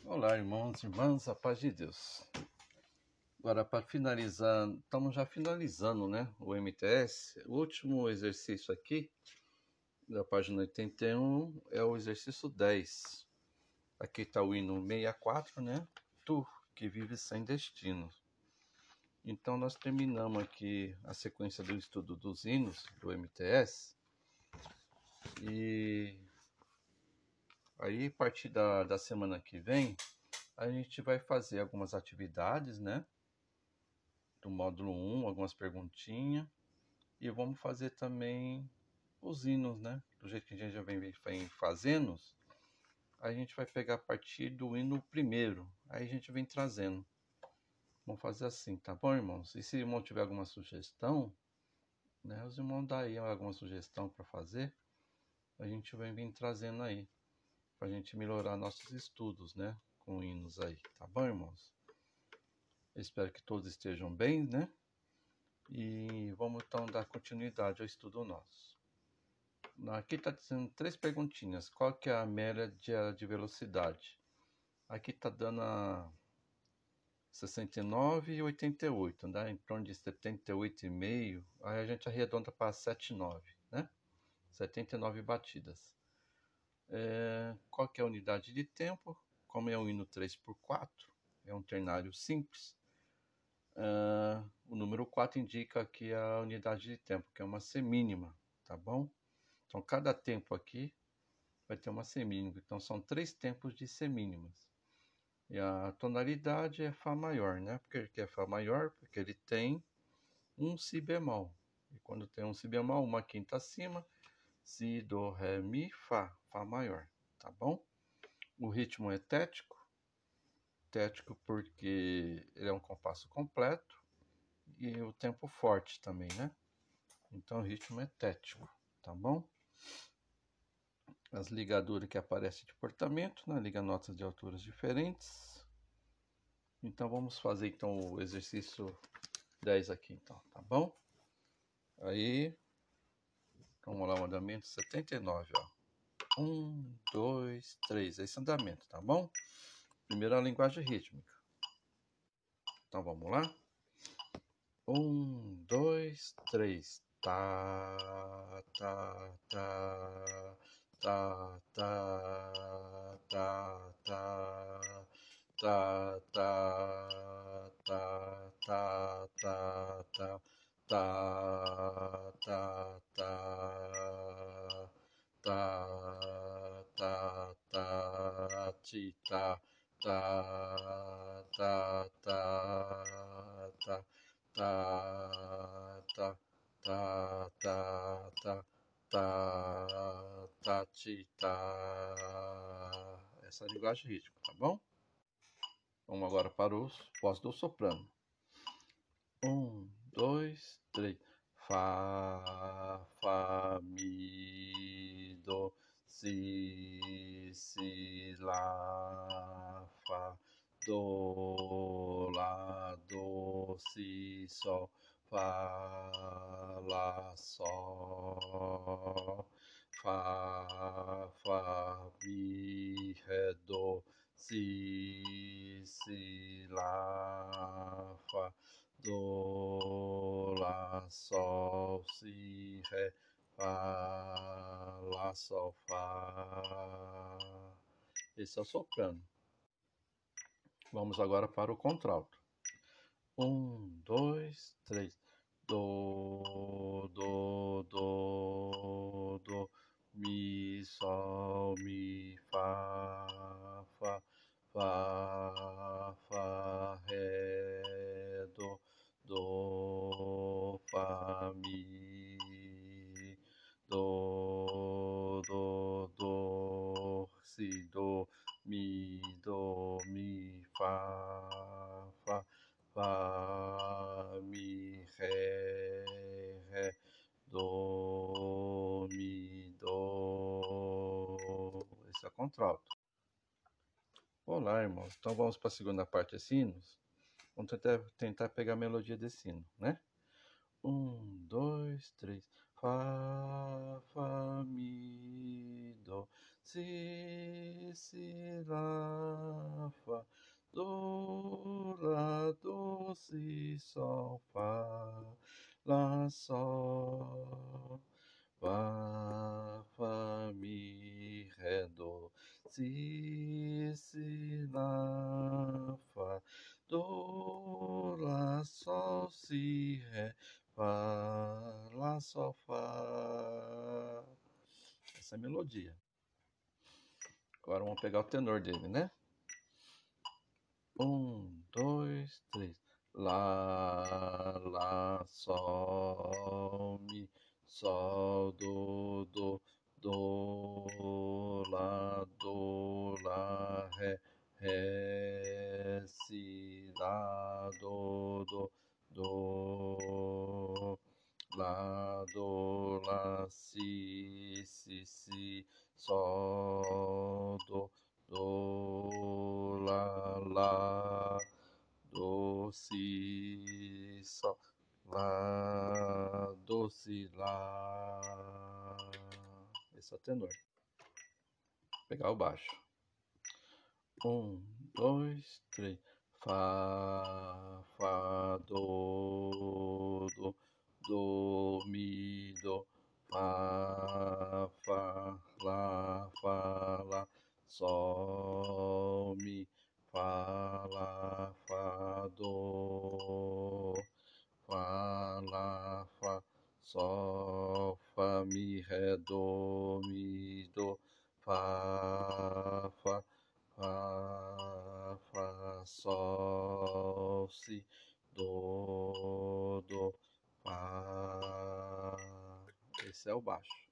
Olá, irmãos e irmãs, a paz de Deus. Agora, para finalizar, estamos já finalizando, né, o MTS. O último exercício aqui, da página 81, é o exercício 10. Aqui está o hino 64, né? Tu, que vives sem destino. Então, nós terminamos aqui a sequência do estudo dos hinos do MTS. E aí, a partir da semana que vem, a gente vai fazer algumas atividades, né? Do módulo 1, algumas perguntinhas. E vamos fazer também os hinos, né? Do jeito que a gente já vem fazendo, a gente vai pegar a partir do hino primeiro. Aí a gente vem trazendo. Vamos fazer assim, tá bom, irmãos? E se o irmão tiver alguma sugestão, né? Os irmãos dão aí alguma sugestão para fazer, a gente vai vir trazendo aí. Pra gente melhorar nossos estudos, né? Com hinos aí, tá bom, irmãos? Eu espero que todos estejam bem, né? E vamos então dar continuidade ao estudo nosso. Aqui está dizendo 3 perguntinhas. Qual que é a média de velocidade? Aqui está dando a 69 e 88, né? Em torno de 78,5. Aí a gente arredonda para 79, né? 79 batidas. Qual que é a unidade de tempo? Como é um hino 3x4, é um ternário simples. O número 4 indica aqui a unidade de tempo, que é uma semínima, tá bom? Então, cada tempo aqui vai ter uma semínima. Então, são 3 tempos de semínimas. E a tonalidade é Fá maior, né? Porque ele quer Fá maior, porque ele tem um Si bemol. E quando tem um Si bemol, uma quinta acima, Si, Dó, Ré, Mi, Fá, Fá maior, tá bom? O ritmo é tético. Tético porque ele é um compasso completo. E o tempo forte também, né? Então, o ritmo é tético, tá bom? As ligaduras que aparecem de portamento, né? Liga notas de alturas diferentes. Então vamos fazer então o exercício 10 aqui, então, tá bom? Aí, vamos lá, o andamento 79, ó. 1, 2, 3, esse andamento, tá bom? Primeiro a linguagem rítmica. Então vamos lá? 1, 2, 3. Tá, tá, tá, tá, tá, tá, tá, tá, tá, tá, tá, tá, tá, tá, tá, tá, tá, tá, ti, tá, tá, tá, tá, tá, tá, tá, tá, tá, tá, tá, ti, tá. Essa é a linguagem rítmica, tá bom? Vamos agora para os voz do soprano. 1, 2, 3. Fá, Fá, Mi, Dó, Si, Lá, Fá, Dó, Lá, Dó, Si, Sol, Fá, Lá, Sol, Fá, Fá, Mi, Ré, Dó, Si, Lá, Fá, Dó, Lá, Sol, Si, Ré, Fá, Lá, Sol, Fá. Esse é o soprano. Vamos agora para o contralto. 1, 2, 3. Dó, Dó, Dó, Dó, Mi, Sol, Mi, Fá, Fá, Fá, Fá, Ré, Dó, Dó, Fá, Mi, Dó, Dó, Dó, Si, Dó, Mi, Fá, Fá, Fá, Mi, Ré, Dó, Mi, Dó. Esse é o contralto. Olá, irmãos. Então vamos para a segunda parte de hinos. Vamos tentar pegar a melodia desse hino, né? 1, 2, 3. Fá, Fá, Mi, Dó, Si, Lá, do, lá, do, si, sol, fá, lá, sol, fá, mi, ré, do, si, lá, fá, do, lá, sol, si, ré, fá, lá, sol, fá. Essa é a melodia. Agora vamos pegar o tenor dele, né? 1, 2, 3. Lá, sol, mi, sol, lá, ré, si, lá, do, lá, si, sol, lá, do, si, sol, lá, do, si, lá. Esse é o tenor. Vou pegar o baixo. 1, 2, 3. Fá, do, mi, do, fá, lá, sol, mi, fá, lá, fá, sol, fá, mi, ré, do, mi, do, fá, sol, si, do, fá. Esse é o baixo.